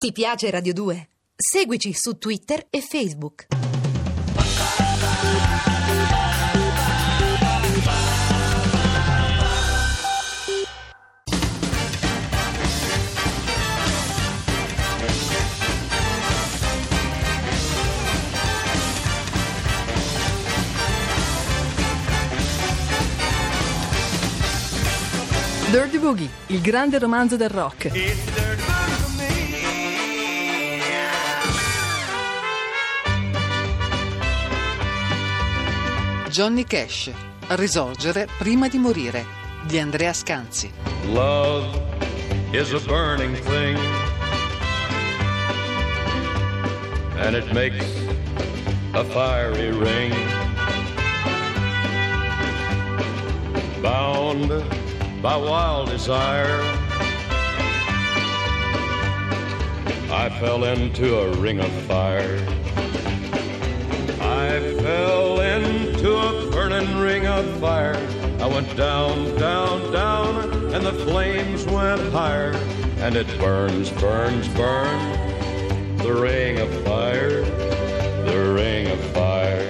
Ti piace Radio 2? Seguici su Twitter e Facebook. Dirty Boogie, il grande romanzo del rock. Johnny Cash, Risorgere prima di morire, di Andrea Scanzi. Love is a burning thing, and it makes a fiery ring. Bound by wild desire, I fell into a ring of fire. I fell into a burning ring of fire. I went down, down, down, and the flames went higher. And it burns, burns, burns, the ring of fire, the ring of fire.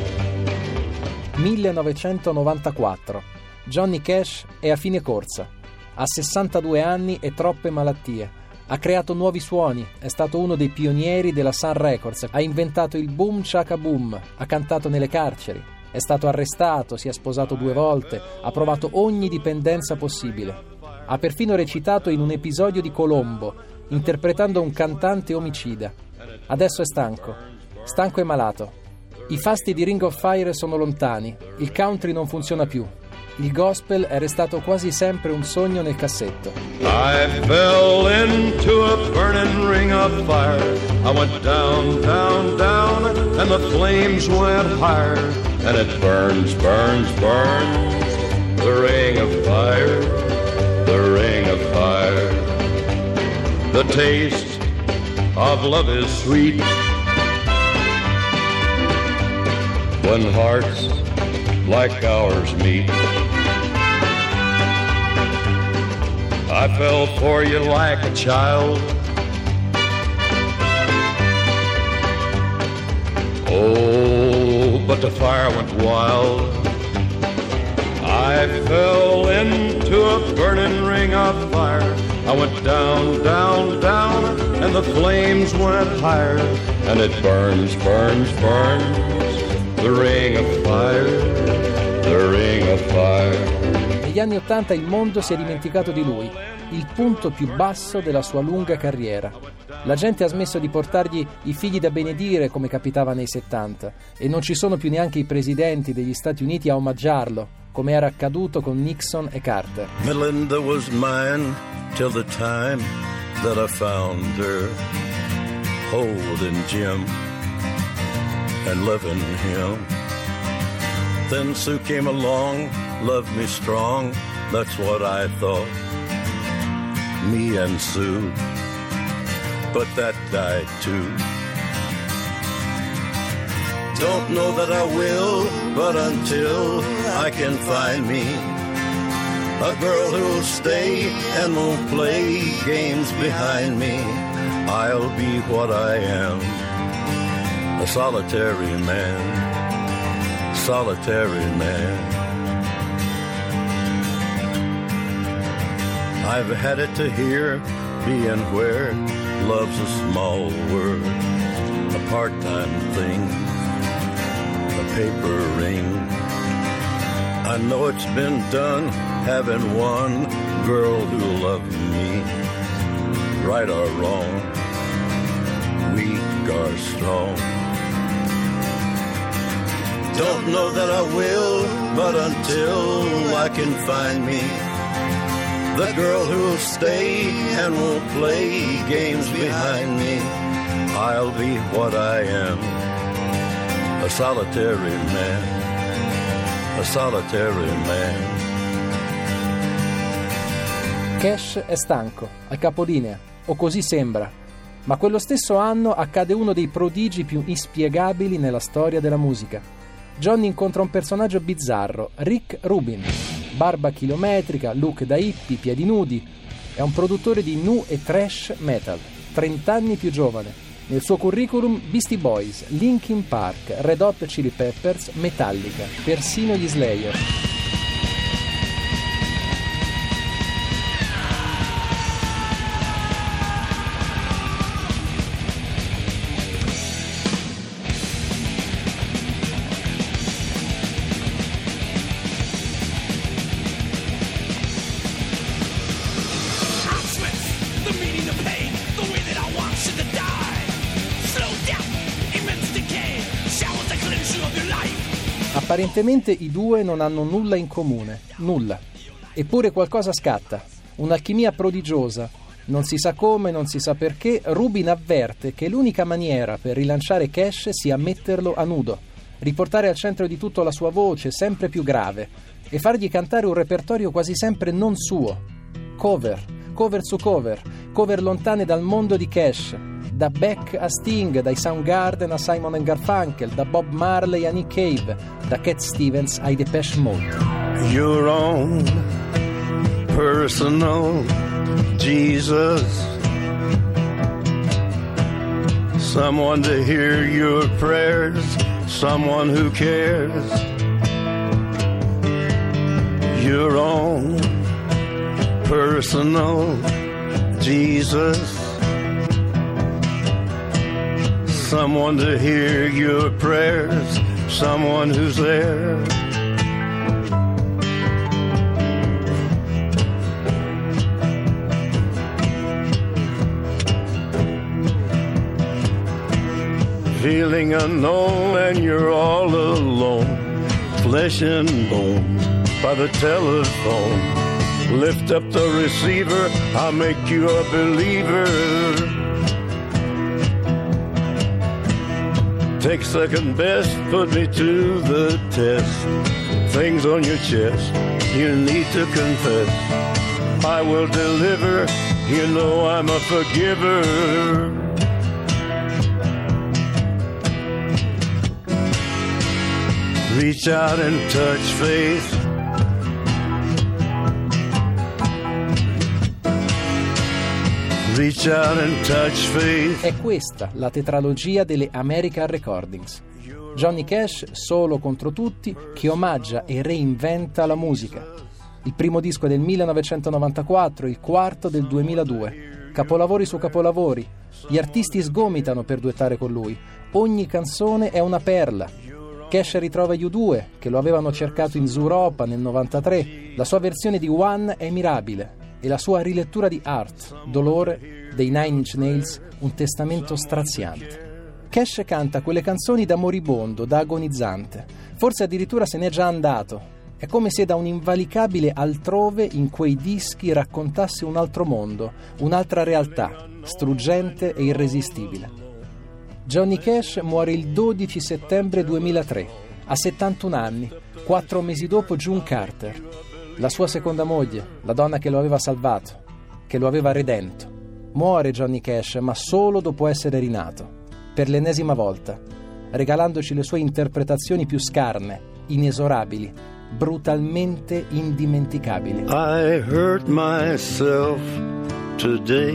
1994. Johnny Cash è a fine corsa. Ha 62 anni e troppe malattie. Ha creato nuovi suoni, è stato uno dei pionieri della Sun Records, ha inventato il boom chaka boom, ha cantato nelle carceri, è stato arrestato, si è sposato 2 volte, ha provato ogni dipendenza possibile. Ha perfino recitato in un episodio di Colombo, interpretando un cantante omicida. Adesso è stanco e malato. I fasti di Ring of Fire sono lontani, il country non funziona più. Il gospel è restato quasi sempre un sogno nel cassetto. I fell into a burning ring of fire. I went down, down, down, and the flames went higher. And it burns, burns, burns, the ring of fire, the ring of fire. The taste of love is sweet when hearts like ours meet. I fell for you like a child. Oh, but the fire went wild. I fell into a burning ring of fire. I went down, down, down, and the flames went higher. And it burns, burns, burns, the ring of fire, the ring of fire. Negli anni '80 il mondo si è dimenticato di lui, il punto più basso della sua lunga carriera. La gente ha smesso di portargli i figli da benedire come capitava nei '70 e non ci sono più neanche i presidenti degli Stati Uniti a omaggiarlo, come era accaduto con Nixon e Carter. Melinda was mine till the time that I found her holding Jim and loving him. Then Sue came along, loved me strong, that's what I thought, me and Sue, but that died too. Don't know that I will, but until I can find me a girl who'll stay and won't play games behind me, I'll be what I am, a solitary man. Solitary man. I've had it to here, being where love's a small word, a part-time thing, a paper ring. I know it's been done, having one girl who loved me, right or wrong, weak or strong. Don't know that I will, but until I can find me the girl who'll stay and won't play games behind me, I'll be what I am, a solitary man, a solitary man. Cash è stanco, al capolinea, o così sembra, ma quello stesso anno accade uno dei prodigi più inspiegabili nella storia della musica. Johnny incontra un personaggio bizzarro, Rick Rubin, barba chilometrica, look da hippie, piedi nudi. È un produttore di nu e thrash metal. 30 anni più giovane. Nel suo curriculum Beastie Boys, Linkin Park, Red Hot Chili Peppers, Metallica, persino gli Slayer. Apparentemente i due non hanno nulla in comune, nulla. Eppure qualcosa scatta, un'alchimia prodigiosa. Non si sa come, non si sa perché, Rubin avverte che l'unica maniera per rilanciare Cash sia metterlo a nudo, riportare al centro di tutto la sua voce, sempre più grave, e fargli cantare un repertorio quasi sempre non suo. Cover su cover, cover lontane dal mondo di Cash, da Beck a Sting, dai Soundgarden a Simon & Garfunkel, da Bob Marley a Nick Cave, da Cat Stevens ai Depeche Mode. Your own personal Jesus, someone to hear your prayers, someone who cares. Your own personal Jesus, someone to hear your prayers, someone who's there. Feeling unknown and you're all alone, flesh and bone by the telephone. Lift up the receiver, I'll make you a believer. Take second best, put me to the test. Things on your chest, you need to confess. I will deliver, you know I'm a forgiver. Reach out and touch faith. Reach out and touch faith. È questa la tetralogia delle American Recordings. Johnny Cash, solo contro tutti, che omaggia e reinventa la musica. Il primo disco è del 1994, il quarto del 2002. Capolavori su capolavori. Gli artisti sgomitano per duettare con lui. Ogni canzone è una perla. Cash ritrova U2, che lo avevano cercato in Zooropa nel 93. La sua versione di One è mirabile. E la sua rilettura di Art, Dolore, dei Nine Inch Nails, un testamento straziante. Cash canta quelle canzoni da moribondo, da agonizzante. Forse addirittura se n'è già andato. È come se da un invalicabile altrove in quei dischi raccontasse un altro mondo, un'altra realtà, struggente e irresistibile. Johnny Cash muore il 12 settembre 2003, a 71 anni, 4 mesi dopo June Carter. La sua seconda moglie, la donna che lo aveva salvato, che lo aveva redento. Muore Johnny Cash, ma solo dopo essere rinato, per l'ennesima volta, regalandoci le sue interpretazioni più scarne, inesorabili, brutalmente indimenticabili. I hurt myself today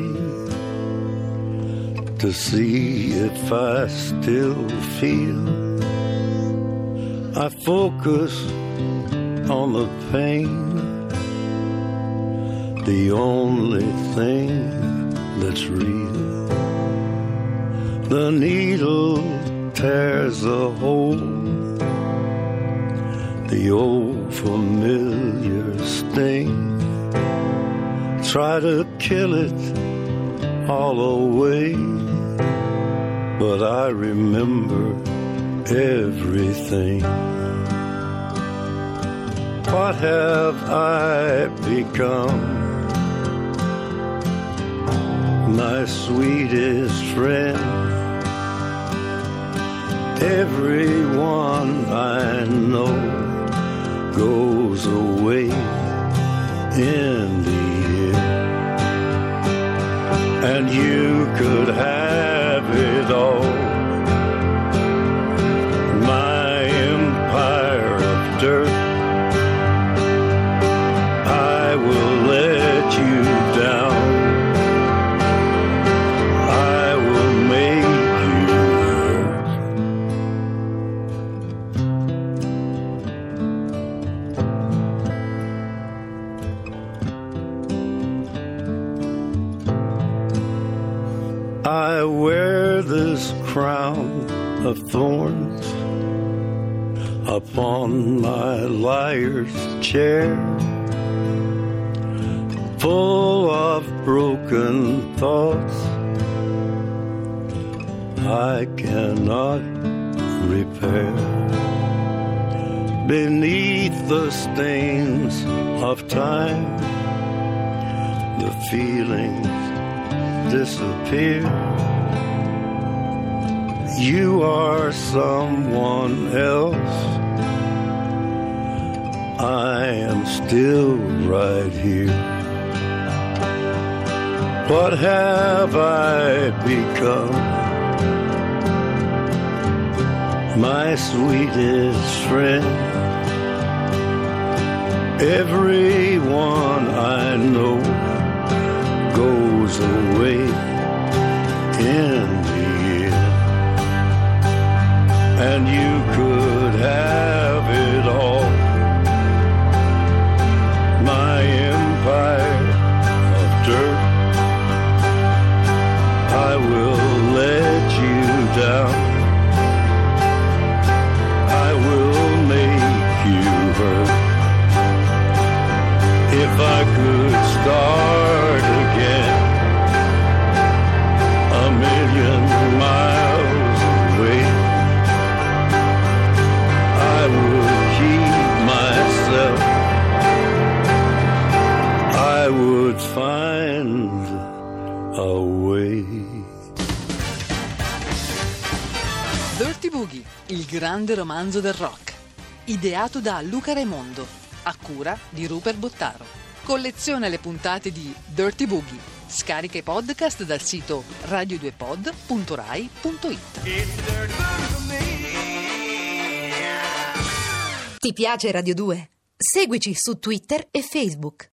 to see if I still feel. I focus on the pain, the only thing that's real. The needle tears a hole, the old familiar sting. Try to kill it all away, but I remember everything. What have I become? My sweetest friend. Everyone I know goes away in the end. And you could have it all. My empire of dirt, I will let you down. I wear this crown of thorns upon my liar's chair, full of broken thoughts I cannot repair. Beneath the stains of time, the feelings disappear. You are someone else, I am still right here. What have I become? My sweetest friend, everyone I know goes away in the end, and you could have it all. My empire of dirt, I will let you down. I will make you hurt. If I could start again, a million miles away, I would keep myself. I would find a way. Dirty Boogie, il grande romanzo del rock. Ideato da Luca Raimondo, a cura di Rupert Bottaro. Colleziona le puntate di Dirty Boogie. Scarica i podcast dal sito radio2pod.rai.it. Ti piace Radio 2? Seguici su Twitter e Facebook.